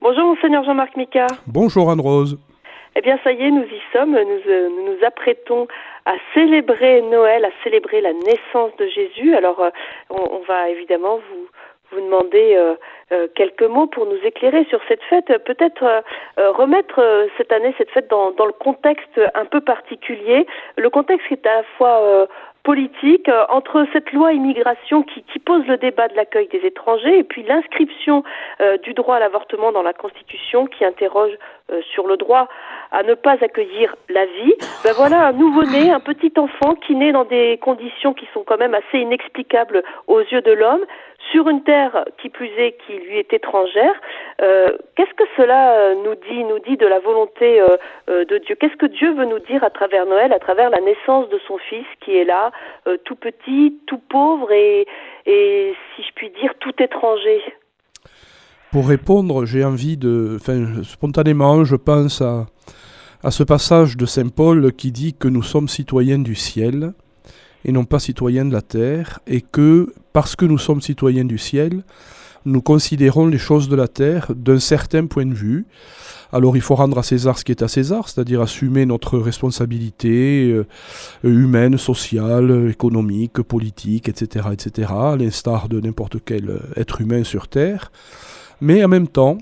Bonjour Monseigneur Jean-Marc Micard. Bonjour Anne-Rose. Eh bien ça y est, nous y sommes, nous nous apprêtons à célébrer Noël, à célébrer la naissance de Jésus. Alors on va évidemment vous demander quelques mots pour nous éclairer sur cette fête, peut-être remettre cette année cette fête dans le contexte un peu particulier, le contexte qui est à la fois politique, entre cette loi immigration qui pose le débat de l'accueil des étrangers et puis l'inscription du droit à l'avortement dans la Constitution qui interroge sur le droit à ne pas accueillir la vie. Ben voilà un nouveau-né, un petit enfant qui naît dans des conditions qui sont quand même assez inexplicables aux yeux de l'homme, sur une terre qui plus est qui lui est étrangère. Qu'est-ce que cela nous dit de la volonté de Dieu? Qu'est-ce que Dieu veut nous dire à travers Noël, à travers la naissance de son fils qui est là, tout petit, tout pauvre et si je puis dire, tout étranger? Pour répondre, spontanément, je pense à ce passage de Saint Paul qui dit que nous sommes citoyens du ciel et non pas citoyens de la terre, et que, parce que nous sommes citoyens du ciel, nous considérons les choses de la terre d'un certain point de vue. Alors il faut rendre à César ce qui est à César, c'est-à-dire assumer notre responsabilité humaine, sociale, économique, politique, etc., à l'instar de n'importe quel être humain sur terre. Mais en même temps,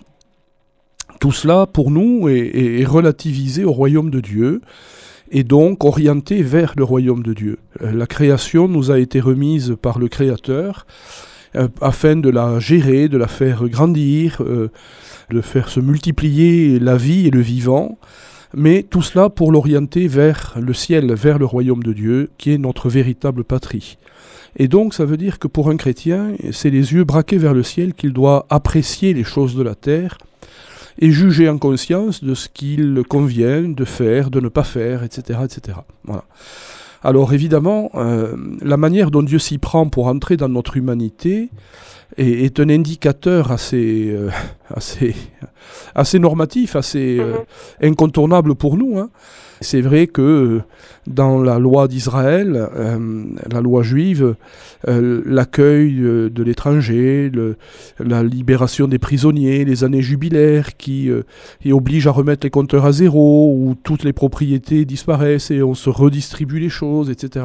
tout cela, pour nous, est relativisé au royaume de Dieu, et donc orienté vers le royaume de Dieu. La création nous a été remise par le Créateur afin de la gérer, de la faire grandir, de faire se multiplier la vie et le vivant, mais tout cela pour l'orienter vers le ciel, vers le royaume de Dieu, qui est notre véritable patrie. Et donc ça veut dire que pour un chrétien, c'est les yeux braqués vers le ciel qu'il doit apprécier les choses de la terre, et juger en conscience de ce qu'il convient de faire, de ne pas faire, etc. Voilà. Alors évidemment, la manière dont Dieu s'y prend pour entrer dans notre humanité est un indicateur assez normatif, assez incontournable pour nous, hein. C'est vrai que dans la loi d'Israël, la loi juive, l'accueil de l'étranger, la libération des prisonniers, les années jubilaires qui obligent à remettre les compteurs à zéro, où toutes les propriétés disparaissent et on se redistribue les choses, etc.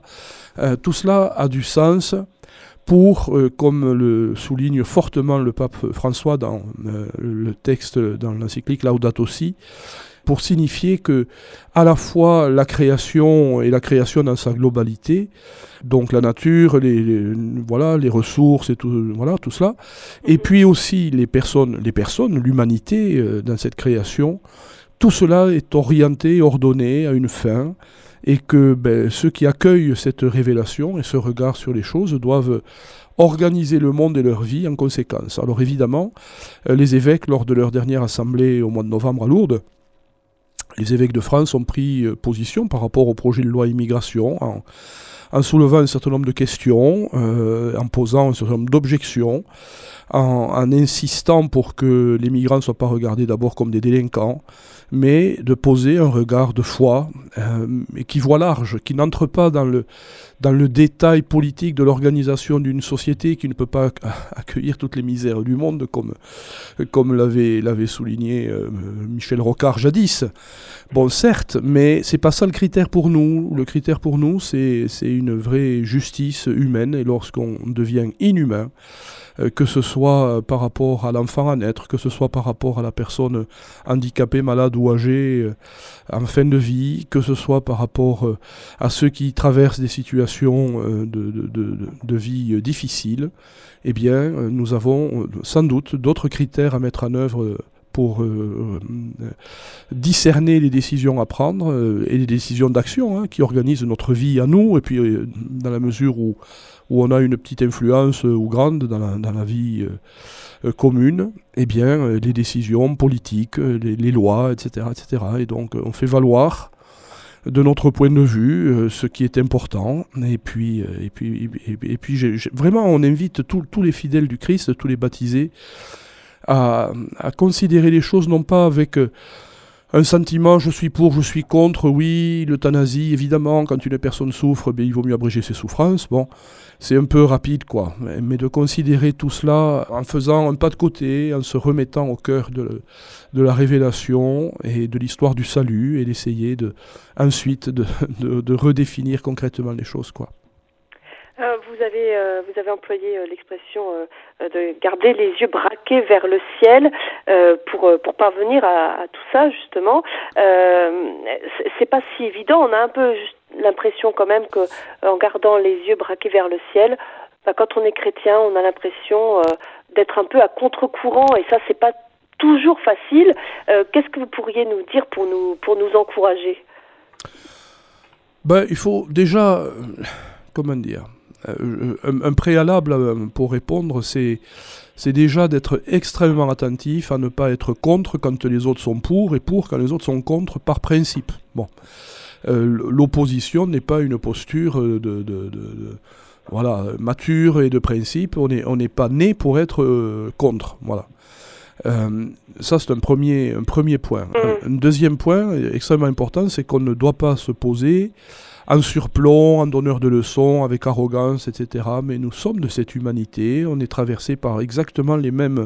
Tout cela a du sens pour, comme le souligne fortement le pape François dans le texte, dans l'encyclique Laudato Si, pour signifier que à la fois la création et la création dans sa globalité, donc la nature, les ressources et tout cela, et puis aussi les personnes, l'humanité dans cette création, tout cela est orienté, ordonné à une fin, et que ceux qui accueillent cette révélation et ce regard sur les choses doivent organiser le monde et leur vie en conséquence. Alors évidemment, les évêques, lors de leur dernière assemblée au mois de novembre à Lourdes, les évêques de France ont pris position par rapport au projet de loi immigration en soulevant un certain nombre de questions, en posant un certain nombre d'objections, en insistant pour que les migrants ne soient pas regardés d'abord comme des délinquants, mais de poser un regard de foi qui voit large, qui n'entre pas dans le détail politique de l'organisation d'une société qui ne peut pas accueillir toutes les misères du monde, comme l'avait souligné Michel Rocard jadis. Bon, certes, mais c'est pas ça le critère pour nous. Le critère pour nous, c'est une vraie justice humaine, et lorsqu'on devient inhumain, que ce soit par rapport à l'enfant à naître, que ce soit par rapport à la personne handicapée, malade ou âgée en fin de vie, que ce soit par rapport à ceux qui traversent des situations de vie difficiles, eh bien, nous avons sans doute d'autres critères à mettre en œuvre pour discerner les décisions à prendre et les décisions d'action qui organisent notre vie à nous, et puis dans la mesure où on a une petite influence ou grande dans la vie commune, eh bien les décisions politiques, les lois, etc. Et donc on fait valoir de notre point de vue ce qui est important, et puis vraiment on invite tous les fidèles du Christ, tous les baptisés, à considérer les choses non pas avec Un sentiment, je suis pour, je suis contre, oui, l'euthanasie, évidemment, quand une personne souffre, il vaut mieux abréger ses souffrances, bon, c'est un peu rapide, quoi. Mais de considérer tout cela en faisant un pas de côté, en se remettant au cœur de la révélation et de l'histoire du salut, et d'essayer ensuite de redéfinir concrètement les choses, quoi. Vous avez employé l'expression de garder les yeux braqués vers le ciel pour parvenir à tout ça, justement. C'est pas si évident. On a un peu l'impression quand même que en gardant les yeux braqués vers le ciel, quand on est chrétien, on a l'impression d'être un peu à contre-courant, et ça, c'est pas toujours facile. Qu'est-ce que vous pourriez nous dire pour nous encourager? Il faut déjà, comment dire, un préalable pour répondre, c'est déjà d'être extrêmement attentif à ne pas être contre quand les autres sont pour, et pour quand les autres sont contre par principe. Bon, l'opposition n'est pas une posture voilà, mature et de principe. On n'est pas né pour être contre. Voilà. Ça, c'est un premier point. Un deuxième point extrêmement important, c'est qu'on ne doit pas se poser en surplomb, en donneur de leçons, avec arrogance, etc. Mais nous sommes de cette humanité, on est traversé par exactement les mêmes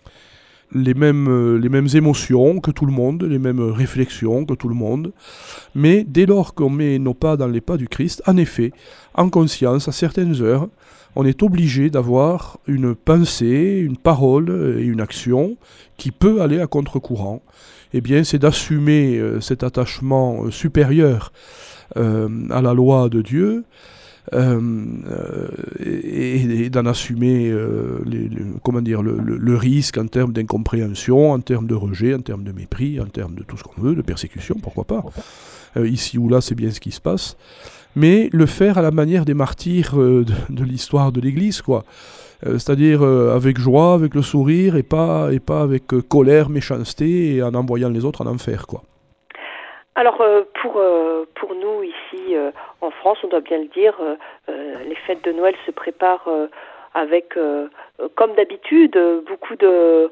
émotions que tout le monde, les mêmes réflexions que tout le monde. Mais dès lors qu'on met nos pas dans les pas du Christ, en effet, en conscience, à certaines heures, on est obligé d'avoir une pensée, une parole et une action qui peut aller à contre-courant. Eh bien, c'est d'assumer cet attachement supérieur à la loi de Dieu, et d'en assumer le risque en termes d'incompréhension, en termes de rejet, en termes de mépris, en termes de tout ce qu'on veut, de persécution, pourquoi pas. Ici ou là, c'est bien ce qui se passe. Mais le faire à la manière des martyrs de l'histoire de l'Église, quoi. C'est-à-dire avec joie, avec le sourire, et pas avec colère, méchanceté, et en envoyant les autres en enfer, quoi. Alors pour nous ici en France, on doit bien le dire, les fêtes de Noël se préparent avec, comme d'habitude, beaucoup de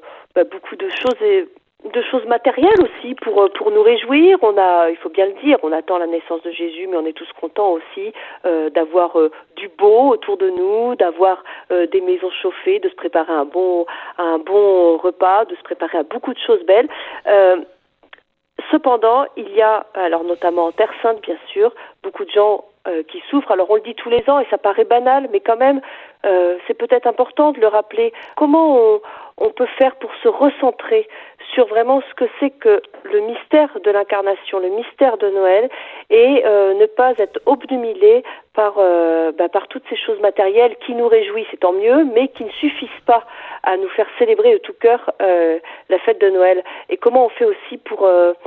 choses matérielles aussi pour nous réjouir. Il faut bien le dire, on attend la naissance de Jésus, mais on est tous contents aussi d'avoir du beau autour de nous, d'avoir des maisons chauffées, de se préparer à un bon repas, de se préparer à beaucoup de choses belles. Cependant, il y a, alors notamment en Terre Sainte bien sûr, beaucoup de gens qui souffrent. Alors on le dit tous les ans et ça paraît banal, mais quand même c'est peut-être important de le rappeler. Comment on peut faire pour se recentrer sur vraiment ce que c'est que le mystère de l'incarnation, le mystère de Noël, et ne pas être obnubilé par toutes ces choses matérielles qui nous réjouissent, c'est tant mieux, mais qui ne suffisent pas à nous faire célébrer de tout cœur la fête de Noël. Et comment on fait aussi pour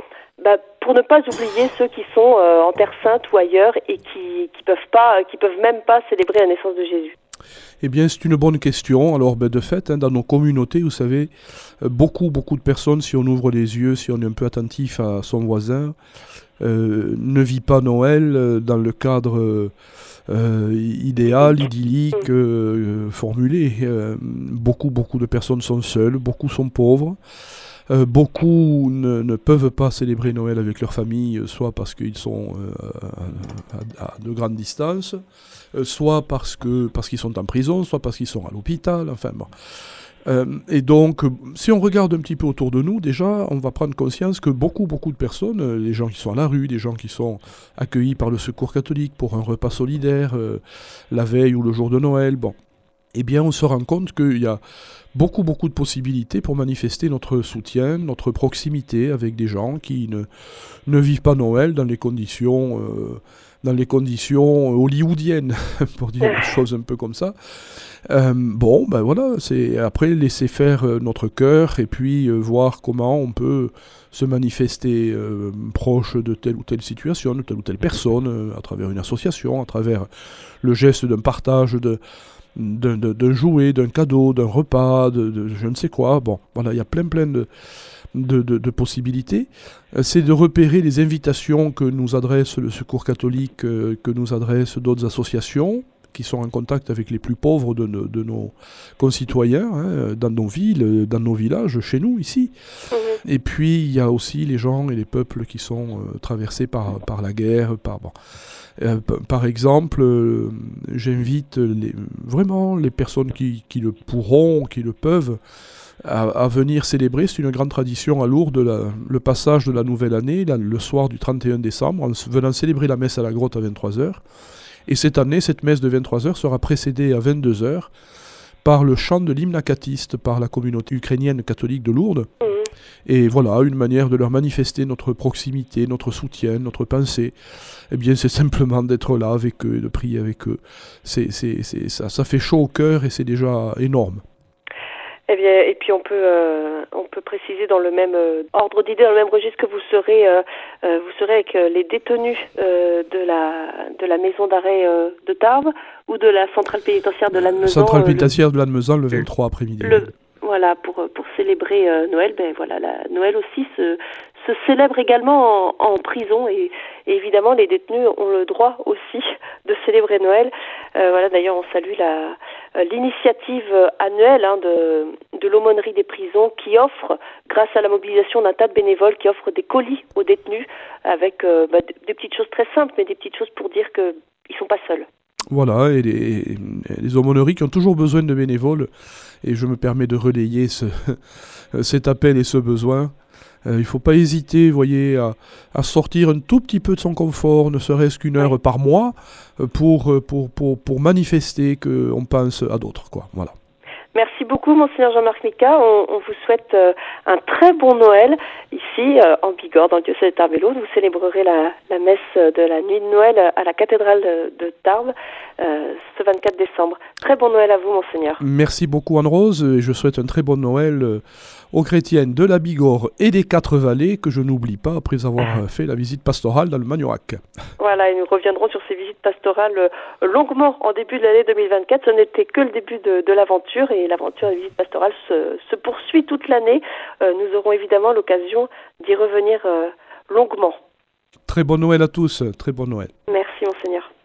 ne pas oublier ceux qui sont en Terre Sainte ou ailleurs et qui peuvent même pas célébrer la naissance de Jésus. Eh bien, c'est une bonne question. Alors, de fait, dans nos communautés, vous savez, beaucoup de personnes, si on ouvre les yeux, si on est un peu attentif à son voisin, ne vit pas Noël dans le cadre idéal, idyllique, formulé. Beaucoup de personnes sont seules, beaucoup sont pauvres. Beaucoup ne peuvent pas célébrer Noël avec leur famille, soit parce qu'ils sont à de grandes distances, soit parce qu'ils sont en prison, soit parce qu'ils sont à l'hôpital, enfin bon. Et donc, si on regarde un petit peu autour de nous, déjà, on va prendre conscience que beaucoup de personnes, les gens qui sont à la rue, des gens qui sont accueillis par le Secours catholique pour un repas solidaire, la veille ou le jour de Noël, bon, eh bien, on se rend compte qu'il y a beaucoup de possibilités pour manifester notre soutien, notre proximité avec des gens qui ne vivent pas Noël dans les conditions hollywoodiennes, pour dire des choses un peu comme ça. Voilà, c'est après laisser faire notre cœur et puis voir comment on peut se manifester proche de telle ou telle situation, de telle ou telle personne, à travers une association, à travers le geste d'un partage d'un jouet, d'un cadeau, d'un repas, de je ne sais quoi. Bon, voilà, il y a plein de possibilités. C'est de repérer les invitations que nous adresse le Secours catholique, que nous adressent d'autres associations, qui sont en contact avec les plus pauvres de nos concitoyens, hein, dans nos villes, dans nos villages, chez nous, ici. Et puis, il y a aussi les gens et les peuples qui sont traversés par la guerre, par exemple, j'invite vraiment les personnes qui le pourront, qui le peuvent, à venir célébrer. C'est une grande tradition à Lourdes, le passage de la nouvelle année, le soir du 31 décembre, en venant célébrer la messe à la grotte à 23h. Et cette année, cette messe de 23h sera précédée à 22h par le chant de l'hymne acatiste par la communauté ukrainienne catholique de Lourdes. Et voilà, une manière de leur manifester notre proximité, notre soutien, notre pensée. Eh bien, c'est simplement d'être là avec eux, de prier avec eux. Ça fait chaud au cœur et c'est déjà énorme. Eh bien, et puis on peut préciser dans le même ordre d'idée, dans le même registre, que vous serez avec les détenus de la maison d'arrêt de Tarbes ou de la centrale pénitentiaire de Lannemezan. Centrale pénitentiaire de Lannemezan le 23 après-midi. Voilà, pour célébrer Noël. Ben voilà, Noël aussi se célèbre également en prison et évidemment les détenus ont le droit aussi de célébrer Noël. Voilà, d'ailleurs on salue l'initiative annuelle de l'aumônerie des prisons qui offre, grâce à la mobilisation d'un tas de bénévoles, qui offre des colis aux détenus avec des petites choses très simples, mais des petites choses pour dire qu'ils sont pas seuls. Voilà, et les aumôneries qui ont toujours besoin de bénévoles, et je me permets de relayer cet appel et ce besoin. Il ne faut pas hésiter, vous voyez, à sortir un tout petit peu de son confort, ne serait-ce qu'une heure par mois, pour manifester qu'on pense à d'autres, quoi. Voilà. Merci beaucoup, Monseigneur Jean-Marc Mika. On vous souhaite un très bon Noël ici, en Bigorre, dans le diocèse de Tarbes et Lourdes. Vous célébrerez la messe de la nuit de Noël à la cathédrale de Tarbes ce 24 décembre. Très bon Noël à vous, Monseigneur. Merci beaucoup, Anne-Rose. Et je souhaite un très bon Noël aux chrétiennes de la Bigorre et des Quatre Vallées, que je n'oublie pas après avoir fait la visite pastorale dans le Magnoac. Voilà, et nous reviendrons sur ces visites pastorales longuement en début de l'année 2024. Ce n'était que le début de l'aventure, et l'aventure des visites pastorales se poursuit toute l'année. Nous aurons évidemment l'occasion d'y revenir longuement. Très bon Noël à tous, très bon Noël. Merci, Monseigneur.